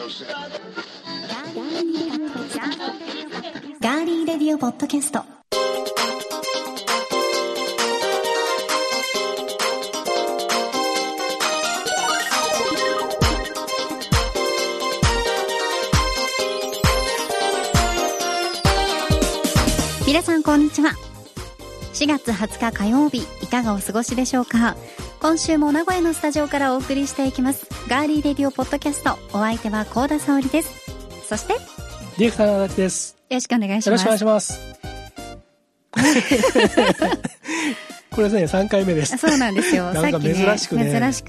ガーリーレディオポッドキャスト。皆さんこんにちは。4月20日火曜日、いかがお過ごしでしょうか。今週も名古屋のスタジオからお送りしていきますガーリーレディオポッドキャスト。お相手は幸田沙織です。そしてディレクターの足立です。 よろしくお願いします。 よろしくお願いしますこれですね、3回目です。 そうなんですよ。 なんか珍しくね、 珍しく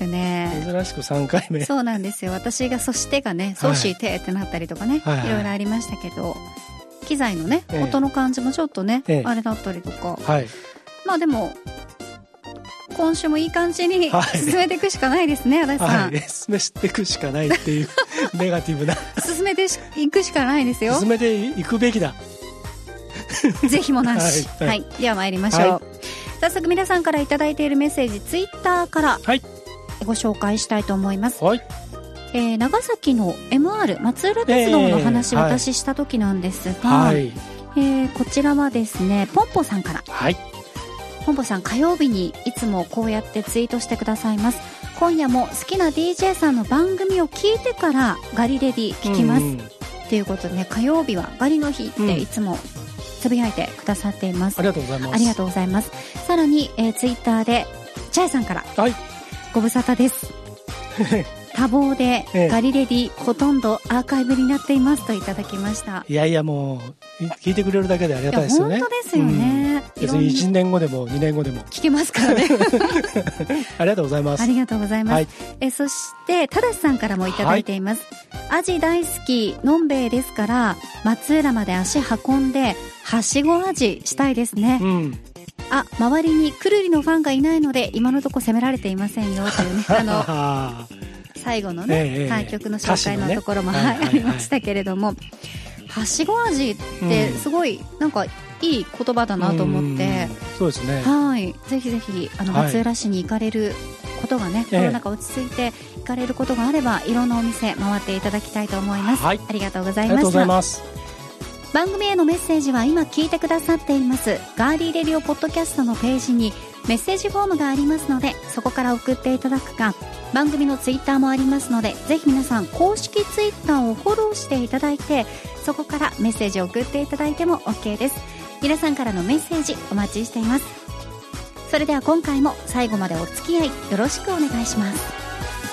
3回目。 そうなんですよ。私がそしてがね、そうしてってなったりとかね、いろいろありましたけど、機材のね、音の感じもちょっとね、あれだったりとか、まあでも今週もいい感じに進めていくしかないですね、足立さん。 進めていくしかないっていうネガティブな進めていくしかないですよ。 進めていくべきだぜひもなし。はい、では参りましょう。早速皆さんからいただいているメッセージ、ツイッターからご紹介したいと思います。長崎の MR 松浦鉄道の話、私した時なんですが、こちらはですね、ポンポさんから。ポンポさん、火曜日にいつもこうやってツイートしてくださいます。今夜も好きな DJ さんの番組を聞いてからガリレディ聞きます、ということでね、火曜日はガリの日っていつもつぶやいてくださっています。 ありがとうございます。 ありがとうございます。さらに、ツイッターでチャイさんから、ご無沙汰です多忙でガリレディほとんどアーカイブになっていますといただきました。 いやいや、もう聞いてくれるだけでありがたいですよね。 本当ですよね、 別に1年後でも2年後でも聞けますからねありがとうございます。 ありがとうございます、そしてただしさんからもいただいています。アジ大好きのんべえですから松浦まで足運んではしごアジしたいですね、周りにくるりのファンがいないので今のところ責められていませんよというね最後のね、曲の紹介のところも、ありましたけれども、はしご味ってすごいなんかいい言葉だなと思って、 そうですね。 ぜひぜひ松浦市に行かれることがね、コロナ禍落ち着いて行かれることがあればいろんなお店回っていただきたいと思います。ありがとうございました。 ありがとうございます。 番組へのメッセージは今聞いてくださっていますガーリーレディオポッドキャストのページにメッセージフォームがありますので、そこから送っていただくか、番組のツイッターもありますので、ぜひ皆さん公式ツイッターをフォローしていただいて、そこからメッセージを送っていただいても OK です。皆さんからのメッセージお待ちしています。それでは今回も最後までお付き合いよろしくお願いします。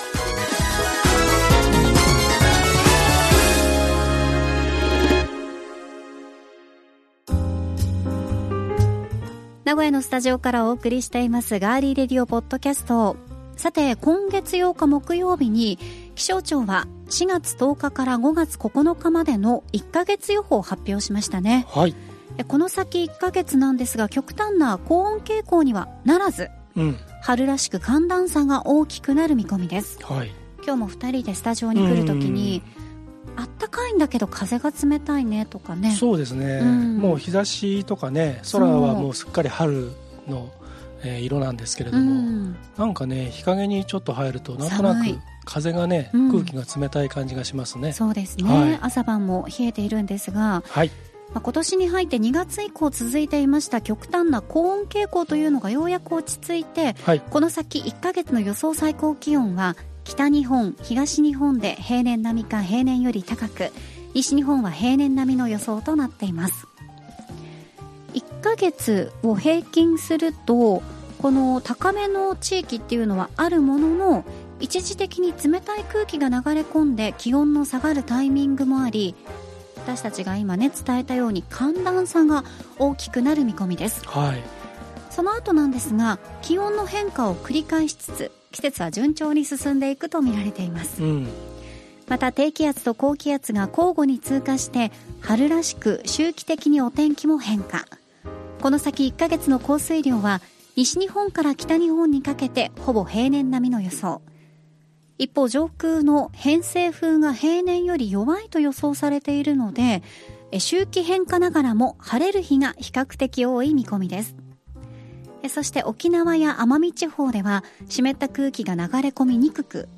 名古屋のスタジオからお送りしていますガーリーレディオポッドキャスト。さて、今月8日木曜日に気象庁は4月10日から5月9日までの1ヶ月予報を発表しましたね。この先1ヶ月なんですが、極端な高温傾向にはならず、春らしく寒暖差が大きくなる見込みです。今日も2人でスタジオに来るときに、あったかいんだけど風が冷たいねとかね。そうですね、 もう日差しとかね、空はもうすっかり春の、色なんですけれども、なんかね、日陰にちょっと入るとなんとなく風がね、空気が冷たい感じがしますね。 そうですね、朝晩も冷えているんですが、今年に入って2月以降続いていました極端な高温傾向というのがようやく落ち着いて、この先1ヶ月の予想最高気温は北日本、東日本で平年並みか平年より高く、西日本は平年並みの予想となっています。1ヶ月を平均すると、この高めの地域っていうのはあるものの、一時的に冷たい空気が流れ込んで気温の下がるタイミングもあり、私たちが今ね伝えたように寒暖差が大きくなる見込みです。その後なんですが、気温の変化を繰り返しつつ季節は順調に進んでいくと見られています。また低気圧と高気圧が交互に通過して春らしく周期的にお天気も変化。この先1ヶ月の降水量は西日本から北日本にかけてほぼ平年並みの予想。一方、上空の偏西風が平年より弱いと予想されているので、周期変化ながらも晴れる日が比較的多い見込みです。そして沖縄や奄美地方では湿った空気が流れ込みにくく、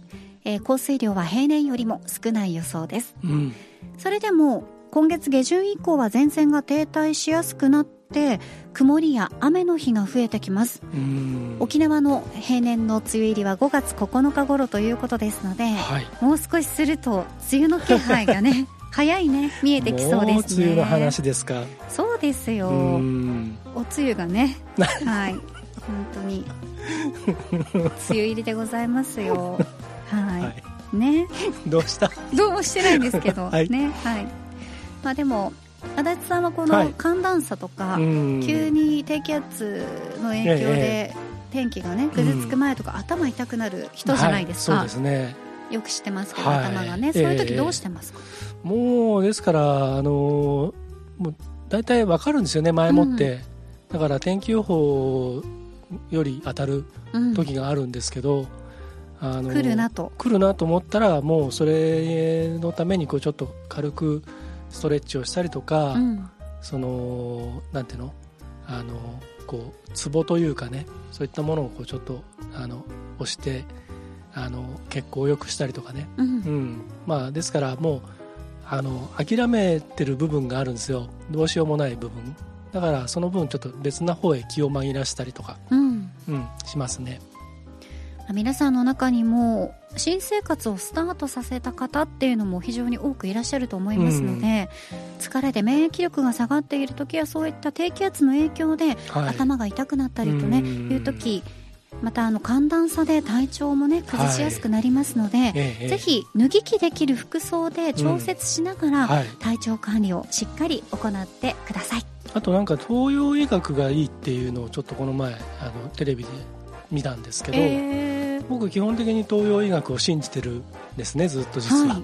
降水量は平年よりも少ない予想です、それでも今月下旬以降は前線が停滞しやすくなって曇りや雨の日が増えてきます。沖縄の平年の梅雨入りは5月9日頃ということですので、もう少しすると梅雨の気配がね早いね、見えてきそうですね。 もう梅雨の話ですか。 そうですよ、お梅雨がねはい、本当に梅雨入りでございますよはい、ねどうしたどうもしてないんですけどね、はい、まあでも足立さんはこの寒暖差とか、急に低気圧の影響で天気がねぐずつく前とか、頭痛くなる人じゃないですか、 そうですね、 よく知ってますけど、頭がね、そういう時どうしてますか？ もうですからもう大体わかるんですよね、前もって、だから天気予報より当たる時があるんですけど、来るなと思ったら、もうそれのためにこうちょっと軽くストレッチをしたりとか、そのなんていうの、こうツボというかね、そういったものをこうちょっと押して血行を良くしたりとかね、まあですからもう諦めてる部分があるんですよ、どうしようもない部分だから、その分ちょっと別な方へ気を紛らしたりとか、しますね。 皆さんの中にも新生活をスタートさせた方っていうのも非常に多くいらっしゃると思いますので、疲れで免疫力が下がっている時や、そういった低気圧の影響で頭が痛くなったりとね、いう時、また寒暖差で体調もね崩しやすくなりますので、ぜひ脱ぎ着できる服装で調節しながら、体調管理をしっかり行ってください。 あとなんか東洋医学がいいっていうのをちょっとこの前テレビで見たんですけど、僕基本的に東洋医学を信じてるんですね、ずっと実は、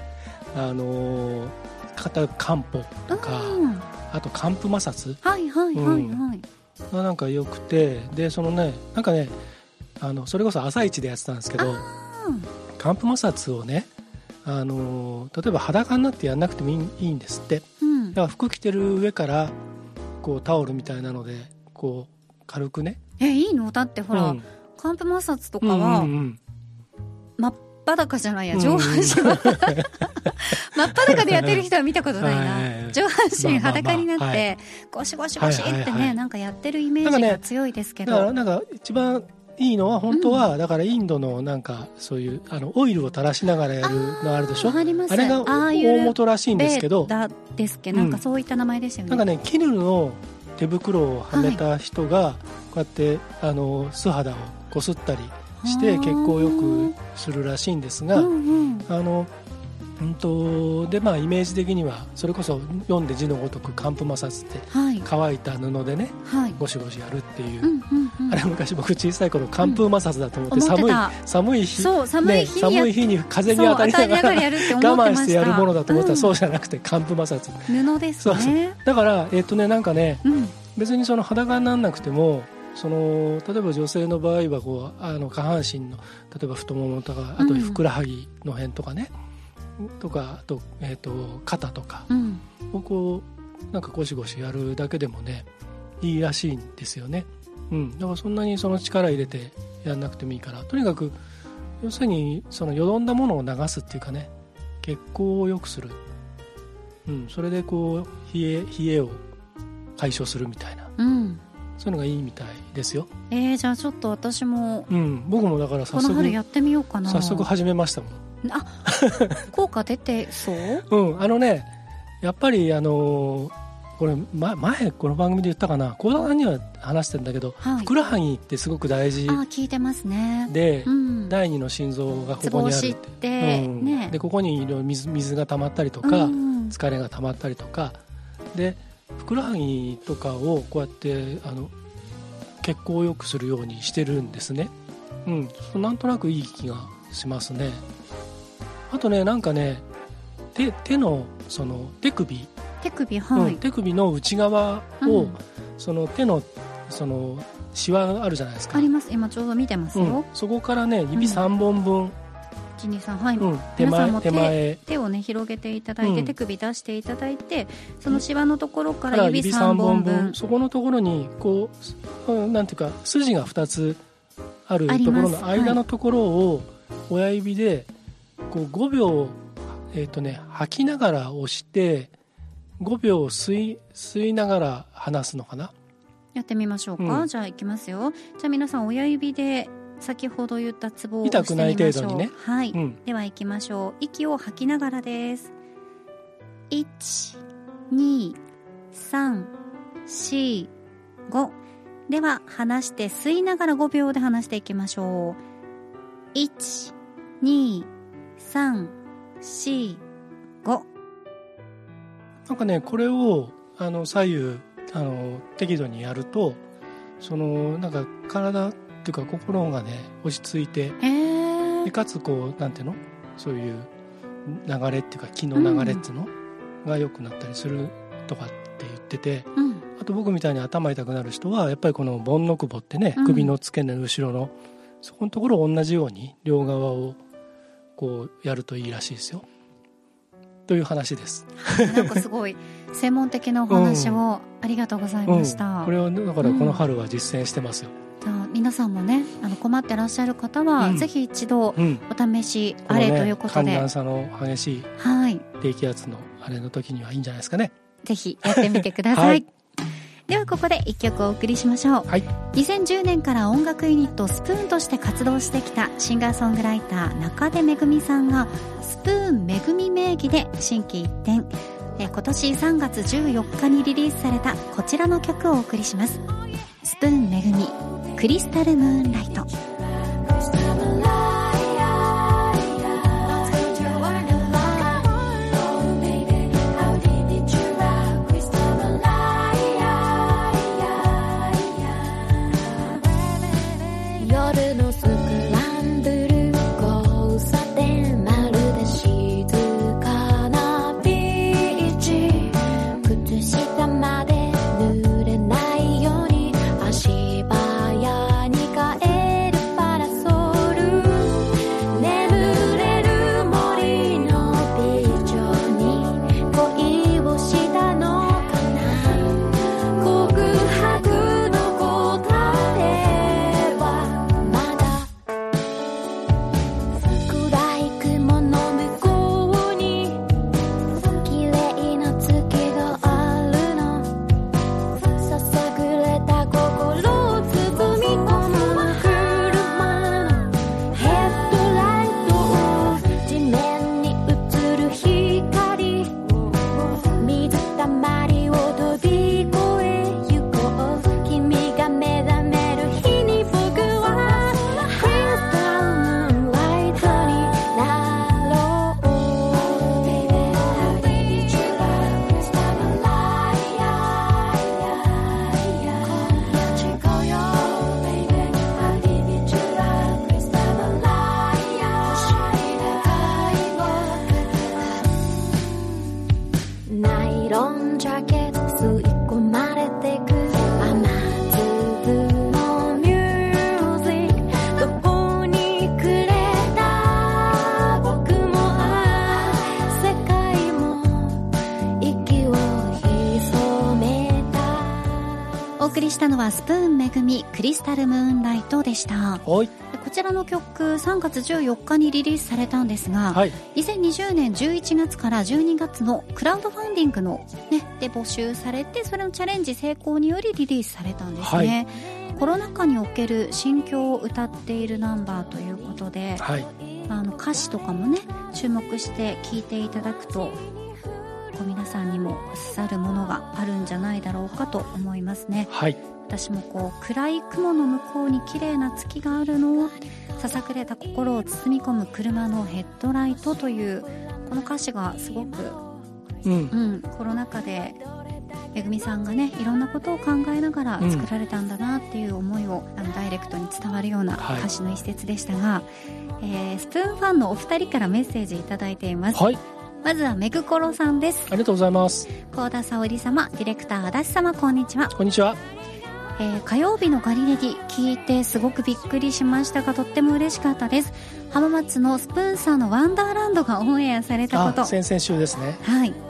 漢方とか、あと寒風摩擦がなんか良くて、でそのね、なんかねそれこそ朝一でやってたんですけど、寒風摩擦をね、例えば裸になってやんなくてもいいんですって、だから服着てる上からこうタオルみたいなのでこう軽くね、 いいの？だってほら、寒風摩擦とかは、真っ裸じゃないや、上半身は真っ裸でやってる人は見たことないな、上半身裸になってゴシゴシゴシってね、なんかやってるイメージが強いですけど、 なんか一番いいのは本当は、だからインドのなんかそういうオイルを垂らしながらやるのあるでしょ、あれが大元らしいんですけど、 ですけど、なんかそういった名前ですよね。 なんかね、絹の手袋をはめた人がこうやって素肌をこすったりして血行を良くするらしいんですが、でまあイメージ的にはそれこそ読んで字のごとく寒風摩擦って、乾いた布でね、ゴシゴシやるっていう、あれ昔僕小さい頃寒風摩擦だと思って、寒い日に風に当たりながら我慢してやるものだと思ったら、そうじゃなくて寒風摩擦、 布ですね。 だからなんかね、別にその裸にならなくても、例えば女性の場合はこう下半身の例えば太ももとか、あとふくらはぎの辺とかね、とか、あと、肩とかをこうなんかゴシゴシやるだけでもね、いいらしいんですよね。だからそんなにその力入れてやんなくてもいいから、とにかく要するにそのよどんだものを流すっていうかね、血行を良くする、それでこう冷えを解消するみたいな、そういうのがいいみたいですよ。 じゃあちょっと私も、 僕もだから早速この春やってみようかな。 早速始めましたもん。 効果出てそう？ やっぱりこれ前この番組で言ったかな、幸田さんには話してるんだけど、ふくらはぎってすごく大事聞いてますね。 で、第二の心臓がここにあるって、でここにいろいろ水が溜まったりとか、疲れが溜まったりとかで、ふくらはぎとかをこうやって血行を良くするようにしてるんですね。なんとなくいい気がしますね。あとね、なんかね、手のその手首、手首の内側を、その手のそのシワあるじゃないですか。 あります。今ちょうど見てますよ。 そこからね、指3本分、 1、2、3、皆さんも手をね広げていただいて、手首出していただいて、そのシワのところから指3本分、 そこのところにこうなんていうか筋が2つあるところの間のところを親指でこう5秒、吐きながら押して5秒吸いながら離すのかな。 やってみましょうか、じゃあいきますよ。じゃあ皆さん親指で先ほど言ったツボを押してみましょう。 痛くない程度にね。 はい、では行きましょう。息を吐きながらです。1、2、3、4、5。では離して吸いながら5秒で離していきましょう。1、2、3、4、5。 なんかね、これを左右適度にやると、なんか体っていうか心がね落ち着いて、でかつこうなんていうの、そういう流れっていうか気の流れっていうのが良くなったりするとかって言ってて、あと僕みたいに頭痛くなる人はやっぱりこの盆の久保ってね、首の付け根の後ろのそこのところを同じように両側をこうやるといいらしいですよという話です。 なんかすごい専門的なお話をありがとうございました、 これをだからこの春は実践してますよ、 じゃあ皆さんもね困ってらっしゃる方は、ぜひ一度お試しあれということで、 寒暖差の激しい低気圧のあれの時にはいいんじゃないですかね。 ぜひやってみてください、ではここで1曲お送りしましょう、2010年から音楽ユニットスプーンとして活動してきたシンガーソングライター中出めぐみさんがスプーンめぐみ名義で心機一転、今年3月14日にリリースされたこちらの曲をお送りします。スプーンめぐみクリスタルムーンライト。お送りしたのはスプーンめぐみクリスタルムーンライトでした。こちらの曲3月14日にリリースされたんですが、2020年11月から12月のクラウドファンディングの、で募集されて、それのチャレンジ成功によりリリースされたんですね、コロナ禍における心境を歌っているナンバーということで、歌詞とかもね注目して聴いていただくと皆さんにも刺さるものがあるんじゃないだろうかと思いますね。私も暗い雲の向こうに綺麗な月があるの、ささくれた心を包み込む車のヘッドライトというこの歌詞がすごく、コロナ禍でめぐみさんがねいろんなことを考えながら作られたんだなっていう思いを、ダイレクトに伝わるような歌詞の一節でしたが、スプーンファンのお二人からメッセージいただいています。まずはめぐころさんです。 ありがとうございます。 幸田沙織様、ディレクター足立様、こんにちは。 こんにちは。 火曜日のガリレディ聞いてすごくびっくりしましたが、とっても嬉しかったです。浜松のスプーンさんのワンダーランドがオンエアされたこと、 先々週ですね。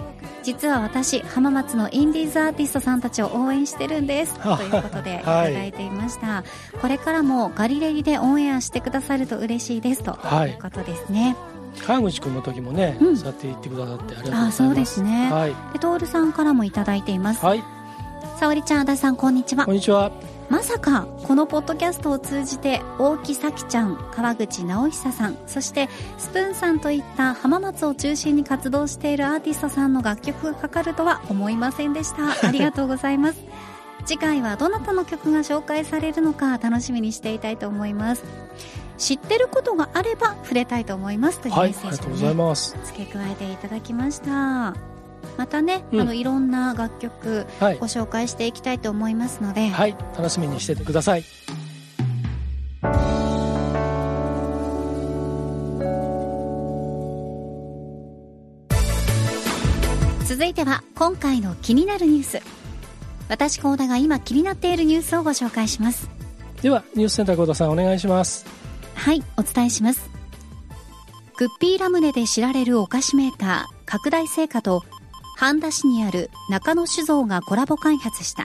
実は私浜松のインディーズアーティストさんたちを応援してるんですということでいただいていました、これからもガリレディでオンエアしてくださると嬉しいですということですね。 川口くんの時もね、そうやって言ってくださってありがとうございます。 そうですね、でトールさんからもいただいています。沙織ちゃん、足立さん、こんにちは。 こんにちは。 まさかこのポッドキャストを通じて大木咲ちゃん、川口直久さん、そしてスプーンさんといった浜松を中心に活動しているアーティストさんの楽曲がかかるとは思いませんでした。ありがとうございます。次回はどなたの曲が紹介されるのか楽しみにしていたいと思います。知ってることがあれば触れたいと思いますというメッセージを、 ありがとうございます。 付け加えていただきました。またね、いろんな楽曲ご紹介していきたいと思いますので、 楽しみにしててください。 続いては今回の気になるニュース。私香田が今気になっているニュースをご紹介します。 ではニュースセンター香田さん、お願いします。 はい、お伝えします。クッピーラムネで知られるお菓子メーカー拡大製菓と半田市にある中野酒造がコラボ開発した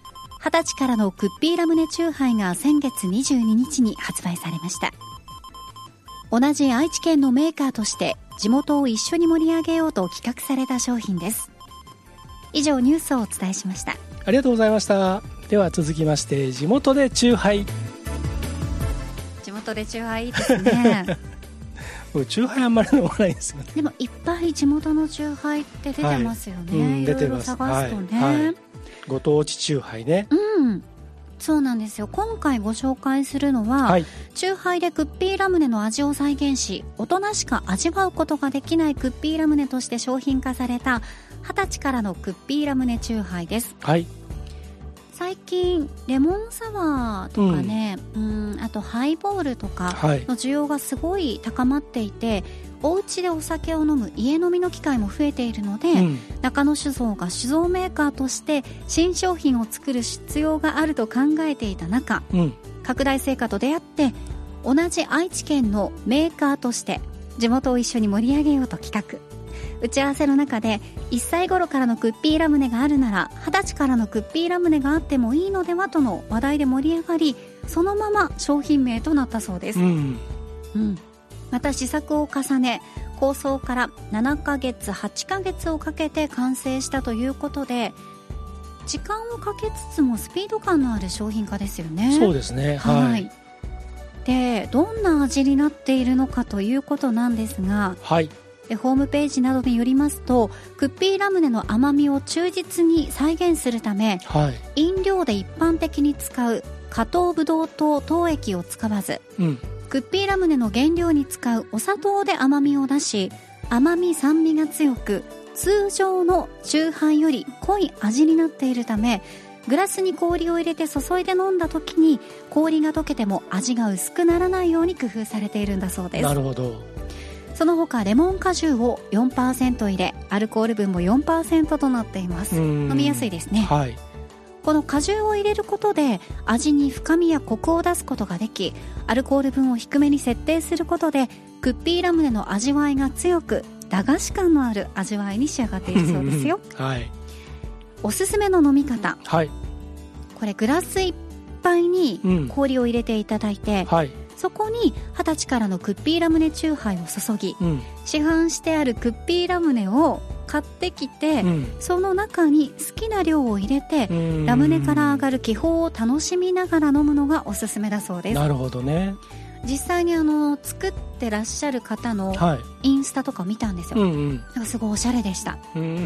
20歳からのクッピーラムネチューハイが先月22日に発売されました。同じ愛知県のメーカーとして地元を一緒に盛り上げようと企画された商品です。以上、ニュースをお伝えしました。 ありがとうございました。では続きまして、地元でチューハイ。 地元でチューハイいいですね。 チューハイあんまり飲まないんですよね。 でもいっぱい地元のチューハイって出てますよね、 出てます。 いろいろ探すとね、 ご当地チューハイね。 そうなんですよ。今回ご紹介するのは、チューハイでクッピーラムネの味を再現し、大人しか味わうことができないクッピーラムネとして商品化された20歳からのクッピーラムネチューハイです。最近レモンサワーとかね、あとハイボールとかの需要がすごい高まっていて、お家でお酒を飲む家飲みの機会も増えているので、中野酒造が酒造メーカーとして新商品を作る必要があると考えていた中、拡大製菓と出会って同じ愛知県のメーカーとして地元を一緒に盛り上げようと企画。打ち合わせの中で1歳頃からのクッピーラムネがあるなら20歳からのクッピーラムネがあってもいいのではとの話題で盛り上がり、そのまま商品名となったそうです。また試作を重ね、構想から7ヶ月8ヶ月をかけて完成したということで、時間をかけつつもスピード感のある商品化ですよね。 そうですね。 で、どんな味になっているのかということなんですが、ホームページなどによりますと、クッピーラムネの甘みを忠実に再現するため、飲料で一般的に使う加糖ブドウ糖糖液を使わず、クッピーラムネの原料に使うお砂糖で甘みを出し、甘み酸味が強く通常のチューハイより濃い味になっているため、グラスに氷を入れて注いで飲んだ時に氷が溶けても味が薄くならないように工夫されているんだそうです。 なるほど。 その他レモン果汁を 4% 入れ、アルコール分も 4% となっています。飲みやすいですね。この果汁を入れることで味に深みやコクを出すことができ、アルコール分を低めに設定することでクッピーラムネの味わいが強く駄菓子感のある味わいに仕上がっているそうですよ。おすすめの飲み方、これグラスいっぱいに氷を入れていただいて、そこに20歳からのクッピーラムネチューハイを注ぎ、市販してあるクッピーラムネを買ってきて、その中に好きな量を入れてラムネから上がる気泡を楽しみながら飲むのがおすすめだそうです。 なるほどね。 実際に作ってらっしゃる方のインスタとか見たんですよ。すごいおしゃれでした。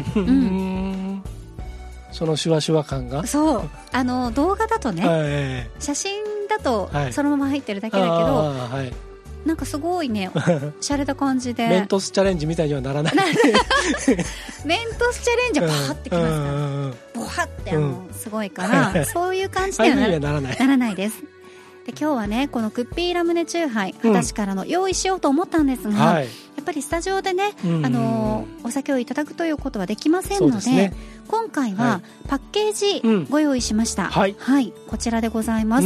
そのシュワシュワ感が、 そう動画だとね、写真だとそのまま入ってるだけだけど、なんかすごいね、洒落た感じでメントスチャレンジみたいにはならない。 メントスチャレンジはパーってきますから、ボハってすごいからそういう感じにはならないです。で、今日はね、このクッピーラムネチューハイ20歳からの用意しようと思ったんですが、やっぱりスタジオでね、お酒をいただくということはできませんので、今回はパッケージご用意しました。こちらでございます。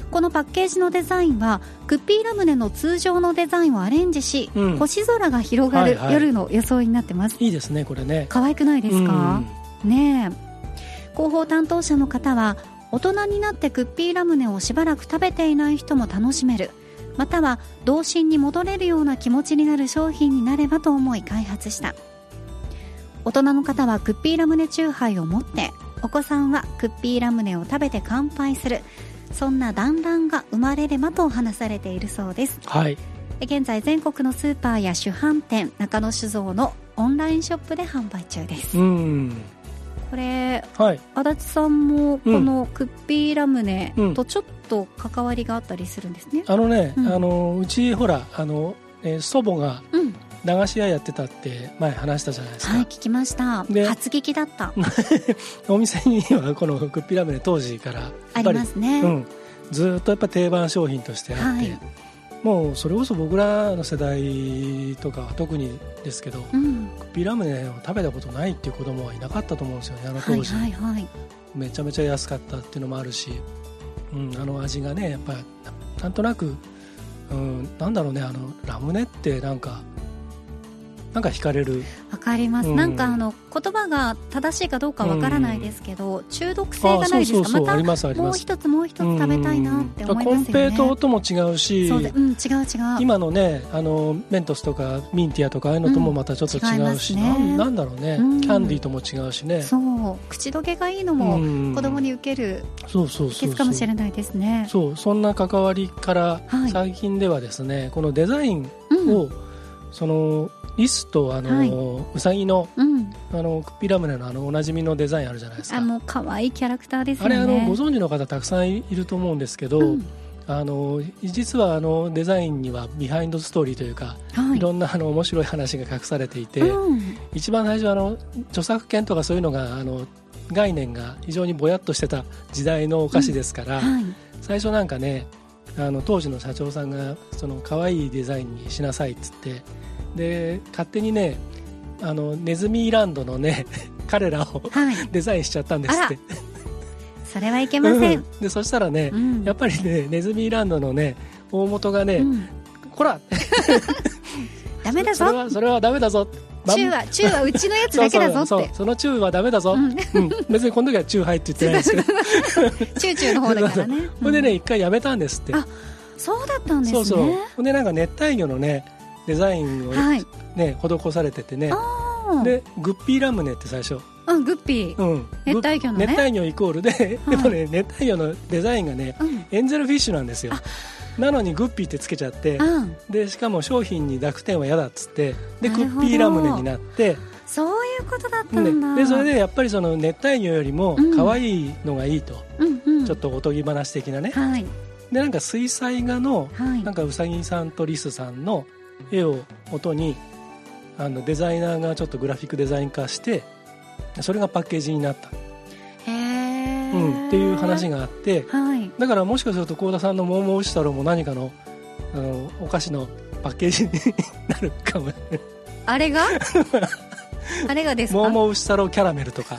このパッケージのデザインはクッピーラムネの通常のデザインをアレンジし、星空が広がる夜の装いになってます。 いいですねこれね。 可愛くないですか、ねえ。広報担当者の方は、大人になってクッピーラムネをしばらく食べていない人も楽しめる、または童心に戻れるような気持ちになる商品になればと思い開発した。大人の方はクッピーラムネチューハイを持って、お子さんはクッピーラムネを食べて乾杯する、そんな団らんが生まれればと話されているそうです。 はい。 現在全国のスーパーや主販店、中野酒造のオンラインショップで販売中です。これ、はい、足立さんもこのクッピーラムネとちょっと関わりがあったりするんですね。 うちほら祖母が駄菓子屋やってたって前話したじゃないですか。 はい、聞きました。初聞きだったお店にはこのクッピーラムネ当時からありますね、 ずっとやっぱ定番商品としてあって、はい、もうそれこそ僕らの世代とかは特にですけど、クッピーラムネを食べたことないっていう子供はいなかったと思うんですよね、あの当時、めちゃめちゃ安かったっていうのもあるし、あの味がねやっぱりなんとなく、なんだろうね、ラムネってなんか惹かれる。 わかります、なんか言葉が正しいかどうかわからないですけど、中毒性がないですか。またもう一つ食べたいなって思いますよね。 コンペイトーとも違うし、 違う今のねメントスとかミンティアとかああいうのともまたちょっと違うし、なんだろうね、キャンディーとも違うしね。 そう口どけがいいのも子供に受ける秘訣かもしれないですね。 そんな関わりから最近ではですね、このデザインを、そのリスとうさぎの、クッピーラムネのおなじみのデザインあるじゃないですか。 もう可愛いキャラクターですよね。 あれご存知の方たくさんいると思うんですけど、実はデザインにはビハインドストーリーというか、いろんな面白い話が隠されていて、一番最初著作権とかそういうのが概念が非常にぼやっとしてた時代のお菓子ですから、最初なんかね当時の社長さんがその可愛いデザインにしなさいっつって、で勝手にねネズミランドのね彼らを、デザインしちゃったんですって。 それはいけません、 でそしたらね、やっぱりねネズミランドのね大元がね、こらダメだぞ、 それはダメだぞ、 チューはうちのやつだけだぞってそのチューはダメだぞ、別にこの時はチューハイって言ってないですけどチューの方だからね。 それでね一回やめたんですって。 あ、そうだったんですね。 でなんか熱帯魚のねデザインをね、施されててね、でグッピーラムネって最初、 グッピー、熱帯魚のね、 熱帯魚イコールで、でもね熱帯魚のデザインがね、エンゼルフィッシュなんですよ。なのにグッピーってつけちゃって、でしかも商品に濁点は嫌だっつって、でグッピーラムネになって、 そういうことだったんだ。 でそれでやっぱりその熱帯魚よりも可愛いのがいいと、ちょっとおとぎ話的なね、でなんか水彩画の、なんかうさぎさんとリスさんの絵を元にデザイナーがちょっとグラフィックデザイン化して、それがパッケージになった、っていう話があって、だからもしかすると幸田さんのモーモーウシ太郎も何かのお菓子のパッケージになるかもあれがあれがですか。 モーモーウシ太郎キャラメルとか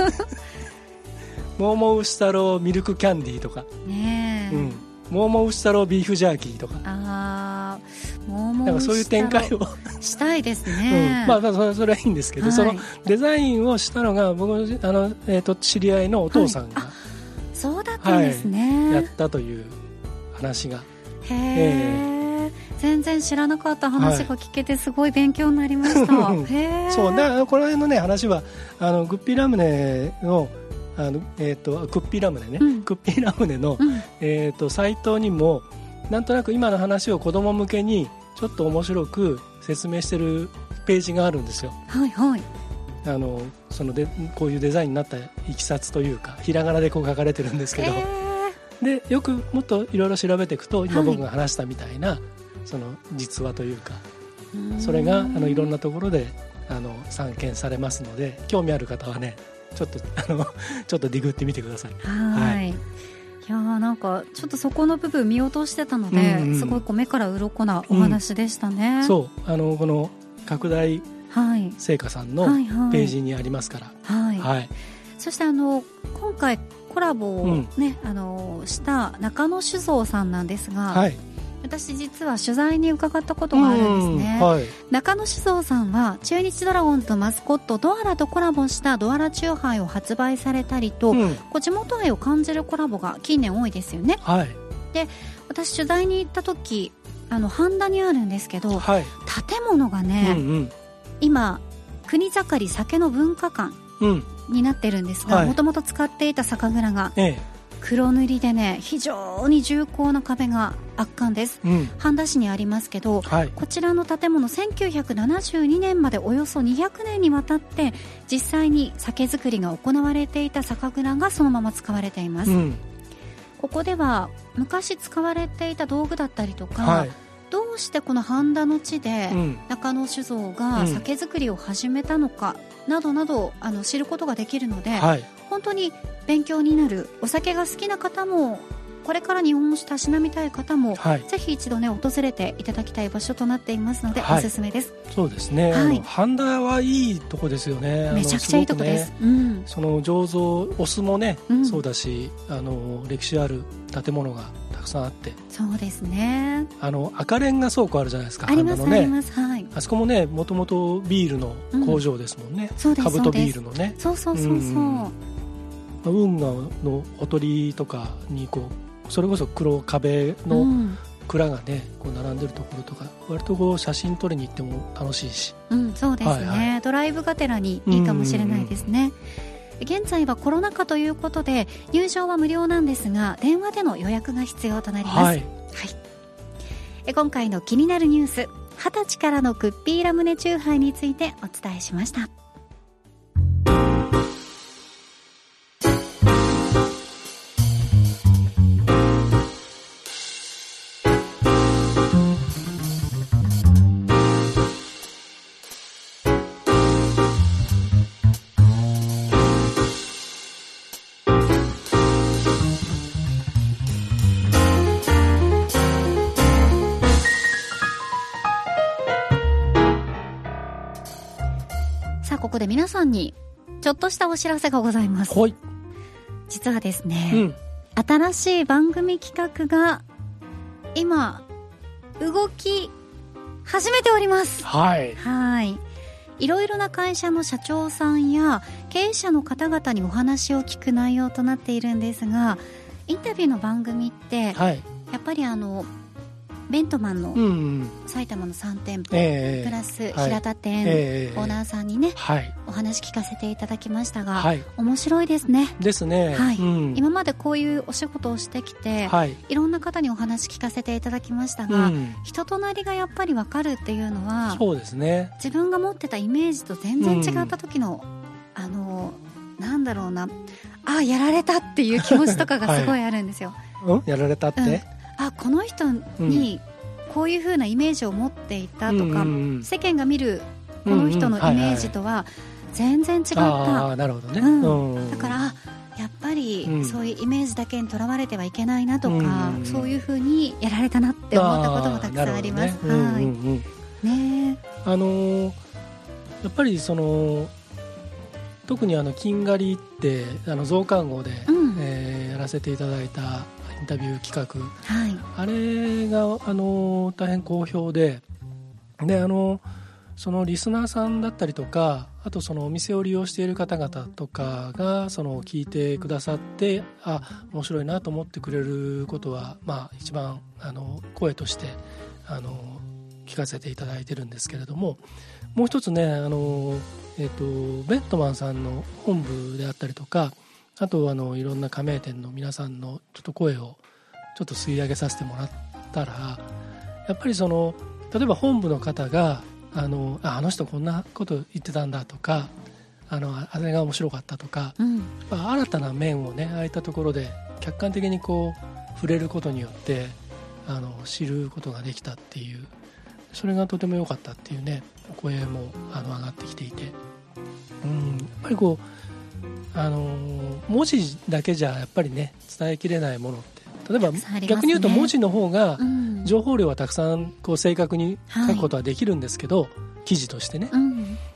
モーモーウシ太郎ミルクキャンディーとかね、モーモーウシ太郎ビーフジャーキーとか、なんかそういう展開をしたいですね。 それはいいんですけど、そのデザインをしたのが僕の知り合いのお父さんが、 そうだったんですね、 やったという話が。 全然知らなかった話が聞けてすごい勉強になりましたそうだからこの辺のね話はグッピーラムネのクッピーラムネね、クッピーラムネの、サイトにもなんとなく今の話を子供向けにちょっと面白く説明してるページがあるんですよ。こういうデザインになったいきさつというか、ひらがなでこう書かれてるんですけど、でよくもっといろいろ調べていくと、今僕が話したみたいな、その実話というか、それがいろんなところで散見されますので、興味ある方はねちょっとディグってみてください。 いやなんかちょっとそこの部分見落としてたので、すごい目から鱗なお話でしたね。 そうこの拡大製菓さんのページにありますから。 そして今回コラボを、ねした中野酒造さんなんですが、はい、私実は取材に伺ったことがあるんですね、はい、中野酒造さんは中日ドラゴンズのマスコットドアラとコラボしたドアラチューハイを発売されたりと、こう地元愛を感じるコラボが近年多いですよね、はい、で私取材に行った時半田にあるんですけど、はい、建物がね、今国盛酒の文化館になってるんですが、もともと使っていた酒蔵が、黒塗りでね非常に重厚な壁が圧巻です、半田市にありますけど、こちらの建物1972年までおよそ200年にわたって実際に酒造りが行われていた酒蔵がそのまま使われています、ここでは昔使われていた道具だったりとか、どうしてこの半田の地で中野酒造が酒造りを始めたのかなどなど知ることができるので、本当に勉強になる。お酒が好きな方もこれから日本酒たしなみたい方も、ぜひ一度ね訪れていただきたい場所となっていますので、おすすめです。 そうですね、半田はいいとこですよね。 めちゃくちゃいいとこです。 その醸造お酢もね、そうだし歴史ある建物がたくさんあって、 そうですね、 赤レンガ倉庫あるじゃないですか。 あります、あります、 あそこもねもともとビールの工場ですもんね、カブトビールのね。 そうそうそうそう、 運河のほとりとかにそれこそ黒壁の蔵がねこう並んでるところとか、割と写真撮りに行っても楽しいし、 そうですね、ドライブがてらにいいかもしれないですね。現在はコロナ禍ということで入場は無料なんですが、電話での予約が必要となります、今回の気になるニュース、20歳からのクッピーラムネチューハイについてお伝えしました。ここで皆さんにちょっとしたお知らせがございます。実はですね、新しい番組企画が今動き始めております。いろいろな会社の社長さんや経営者の方々にお話を聞く内容となっているんですが、インタビューの番組って、やっぱりベントマンの埼玉の3店舗、プラス平田店、オーナーさんにね、お話聞かせていただきましたが、面白いですね。 ですね、 今までこういうお仕事をしてきて、いろんな方にお話聞かせていただきましたが、人となりがやっぱり分かるっていうのは、 そうですね、 自分が持ってたイメージと全然違った時の、なんだろうな、やられたっていう気持ちとかがすごいあるんですよ。 やられたって、 この人にこういう風なイメージを持っていたとか、世間が見るこの人のイメージとは全然違った。 なるほどね、 だからやっぱりそういうイメージだけにとらわれてはいけないなとか、そういう風にやられたなって思ったこともたくさんあります。 やっぱり特に金狩りって増刊号で、やらせていただいたインタビュー企画、あれが大変好評で、そのリスナーさんだったりとか、あとそのお店を利用している方々とかが聞いてくださって、面白いなと思ってくれることは、一番声として聞かせていただいてるんですけれども、もう一つね、ベントマンさんの本部であったりとか、あといろんな加盟店の皆さんのちょっと声をちょっと吸い上げさせてもらったら、やっぱり例えば本部の方があの人こんなこと言ってたんだとか、あれが面白かったとか、新たな面をね、ああいったところで客観的に触れることによって知ることができたっていう、それがとても良かったっていうね、お声も上がってきていて、やっぱり文字だけじゃやっぱりね伝えきれないものって、例えば逆に言うと文字の方が情報量はたくさん正確に書くことはできるんですけど、記事としてね、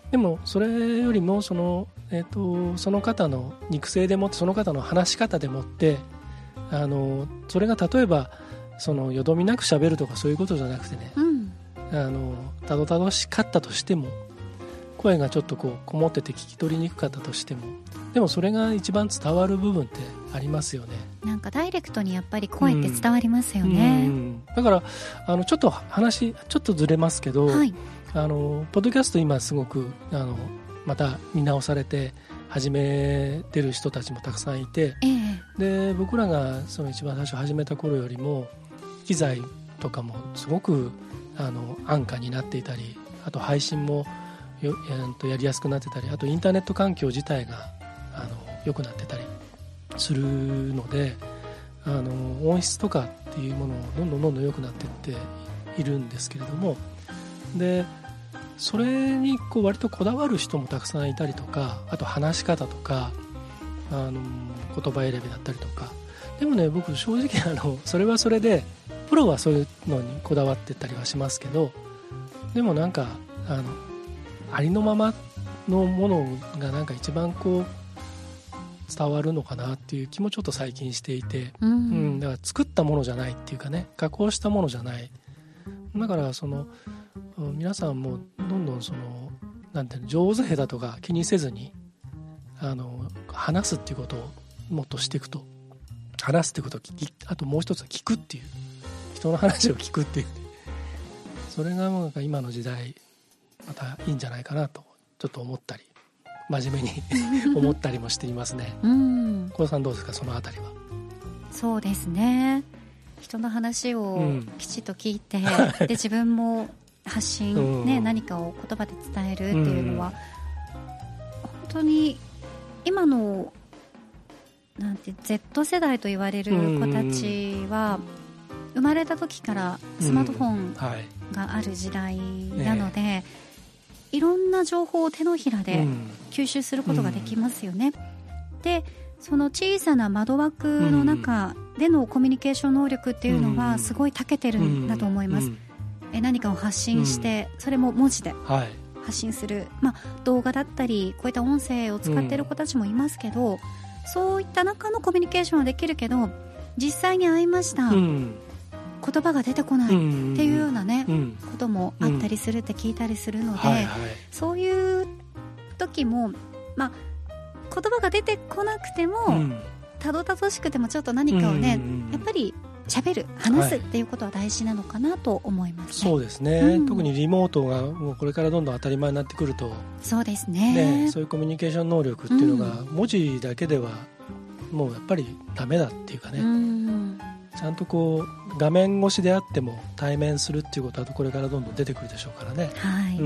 でもそれよりもその方の肉声でもってその方の話し方でもってそれが例えばよどみなく喋るとかそういうことじゃなくてね、たどたどしかったとしても声がちょっとこもってて聞き取りにくかったとしてもでもそれが一番伝わる部分ってありますよね。 なんかダイレクトにやっぱり声って伝わりますよね、 だからちょっと話ちょっとずれますけど、ポッドキャスト今すごくまた見直されて始めてる人たちもたくさんいて、で僕らが一番最初始めた頃よりも機材とかもすごく安価になっていたり、あと配信もやりやすくなってたり、あとインターネット環境自体が良くなってたりするので音質とかっていうものをどんどん良くなっていっているんですけれども、でそれに割とこだわる人もたくさんいたりとか、あと話し方とか言葉選びだったりとか。でもね、僕正直それはそれでプロはそういうのにこだわってたりはしますけど、でもなんかありのままのものがなんか一番伝わるのかなっていう気もちょっと最近していて、だから作ったものじゃないっていうかね、加工したものじゃない。だから皆さんもどんどんなんていうの、上手下手とか気にせずに話すっていうことをもっとしていくと、話すっていうことをあともう一つは聞くっていう、人の話を聞くっていう、それがなんか今の時代またいいんじゃないかなとちょっと思ったり、真面目に思ったりもしていますね。小田さんどうですか、そのあたりは。 そうですね、人の話をきちっと聞いて、で自分も発信、何かを言葉で伝えるっていうのは、本当に今のなんて Z 世代と言われる子たちは生まれた時からスマートフォンがある時代なので、いろんな情報を手のひらで吸収することができますよね。でその小さな窓枠の中でのコミュニケーション能力っていうのはすごい長けてるんだと思います。何かを発信して、それも文字で発信する、動画だったりこういった音声を使っている子たちもいますけど、そういった中のコミュニケーションはできるけど、実際に会いました、言葉が出てこないっていうようなね、こともあったりするって聞いたりするので、そういう時も言葉が出てこなくても、たどたどしくてもちょっと何かをね、やっぱり喋る、話すっていうことは大事なのかなと思いますね。 そうですね、特にリモートがもうこれからどんどん当たり前になってくると、 そうですね、 そういうコミュニケーション能力っていうのが文字だけではもうやっぱりダメだっていうかね、ちゃんと画面越しであっても対面するっていうことはこれからどんどん出てくるでしょうからね。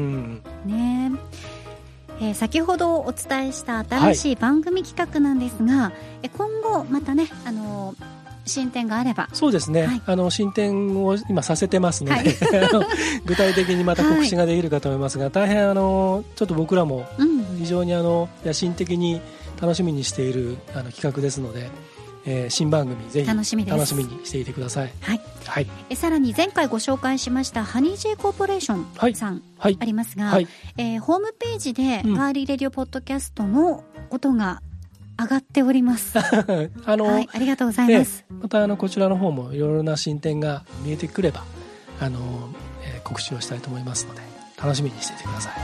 先ほどお伝えした新しい番組企画なんですが、今後またね進展があれば。そうですね、 進展を今させてますので、具体的にまた告知ができるかと思いますが、大変ちょっと僕らも非常に野心的に楽しみにしている企画ですので、新番組ぜひ楽しみにしていてください。 さらに前回ご紹介しましたハニー J コーポレーションさんありますが、ホームページでガーリーレディオポッドキャストのことが上がっておりますありがとうございます。 またこちらの方もいろいろな進展が見えてくれば告知をしたいと思いますので、楽しみにしていてください。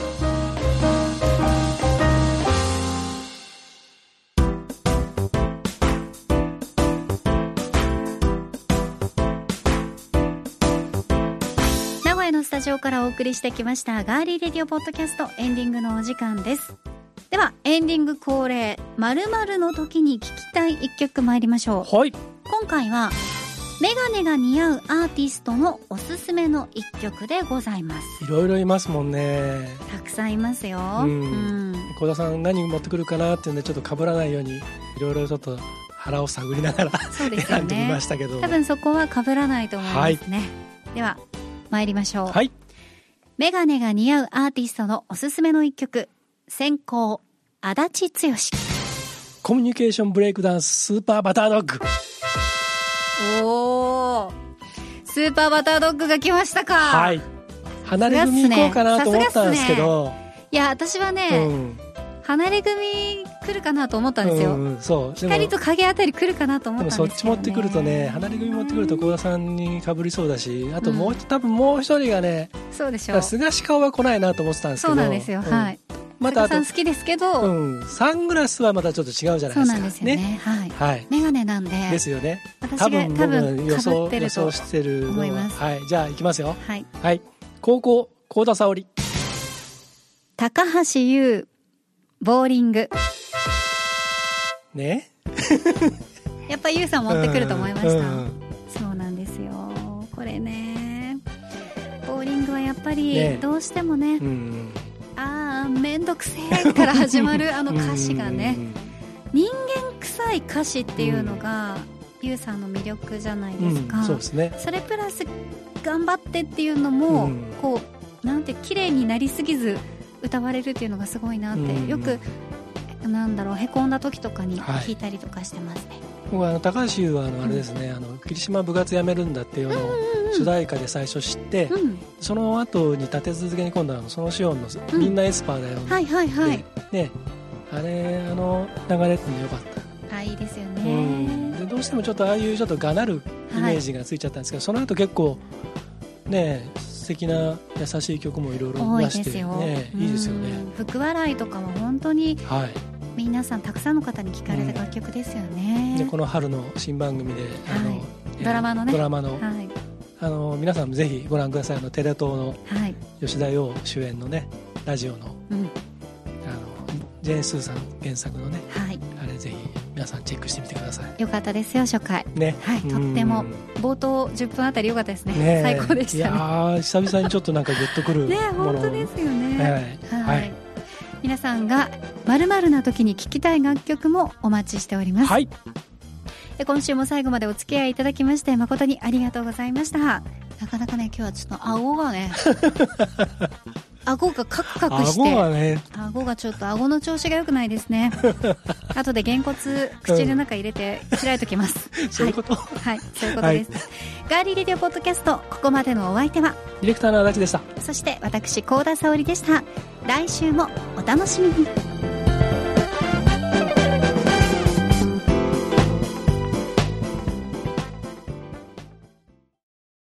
スタジオからお送りしてきましたガーリーレディオポッドキャスト、エンディングのお時間です。ではエンディング恒例〇〇の時に聴きたい一曲参りましょう。今回はメガネが似合うアーティストのおすすめの一曲でございます。 いろいろいますもんね。 たくさんいますよ。 小田さん何持ってくるかなっていうんでちょっと被らないようにいろいろちょっと腹を探りながら選んでみましたけど、 多分そこは被らないと思いますね。では参りましょう。メガネが似合うアーティストのおすすめの一曲、先行足立剛。 コミュニケーションブレイクダンススーパーバタードッグ。 おー、スーパーバタードッグが来ましたか。 離れ組行こうかなと思ったんですけど、 いいや私はね、離れ組来るかなと思ったんですよ、 そう光と影あたり来るかなと思ったんですけど、ね、 でもそっち持ってくるとね、離れ組持ってくると幸田さんにかぶりそうだし、あともう、多分もう一人がね、 そうでしょう、 菅氏顔は来ないなと思ってたんですけど、 そうなんですよ、はい。またさん好きですけど、 サングラスはまたちょっと違うじゃないですか。そうなんですよね、はい、メガネなんでですよね。 私が多分予想してる思います。 はい、じゃあいきますよ。 はい、 はい、高校幸田沙織、 高橋優ボーリングねやっぱ優さん持ってくると思いました。そうなんですよ、これね、ボーリングはやっぱりどうしてもね、めんどくせえから始まるあの歌詞がね人間臭い歌詞っていうのが優さんの魅力じゃないですか、 そうですね。 それプラス頑張ってっていうのも、こうなんて綺麗になりすぎず歌われるっていうのがすごいなって、よくなんだろう、へこんだ時とかに聞いたりとかしてますね。 僕は高橋優はあれですね、霧島部活やめるんだっていうのを主題歌で最初知って、その後に立て続けに今度はそのシオンのみんなエスパーだよ、 はいはいはい、 ね、あれ流れってのよかった。 いいですよね、 でどうしてもちょっとああいうちょっとがなるイメージがついちゃったんですけど、その後結構ね素敵な優しい曲もいろいろ出してね、いいですよね。 福笑いとかは本当に、皆さんたくさんの方に聴かれた楽曲ですよね、 でこの春の新番組でドラマのね、 皆さんもぜひご覧ください。テレ東の吉田羊主演のねラジオの、ジェーン・スーさん原作のね、あれぜひ皆さんチェックしてみてください。 よかったですよ初回ね、 とっても冒頭10分あたりよかったですね、最高でしたね。 いや久々にちょっとなんかグッとくるね、本当ですよね、皆さんが〇〇な時に聴きたい楽曲もお待ちしております。今週も最後までお付き合いいただきまして誠にありがとうございました。なかなかね今日はちょっと顎がね顎がカクカクして顎がちょっと顎の調子が良くないですね後でげんこつ口の中入れて開いときますそういうこと、 はい、そういうことです、ガーリーレディオポッドキャスト、ここまでのお相手はディレクターの足立でした。 そして私幸田沙織でした。来週もお楽しみに。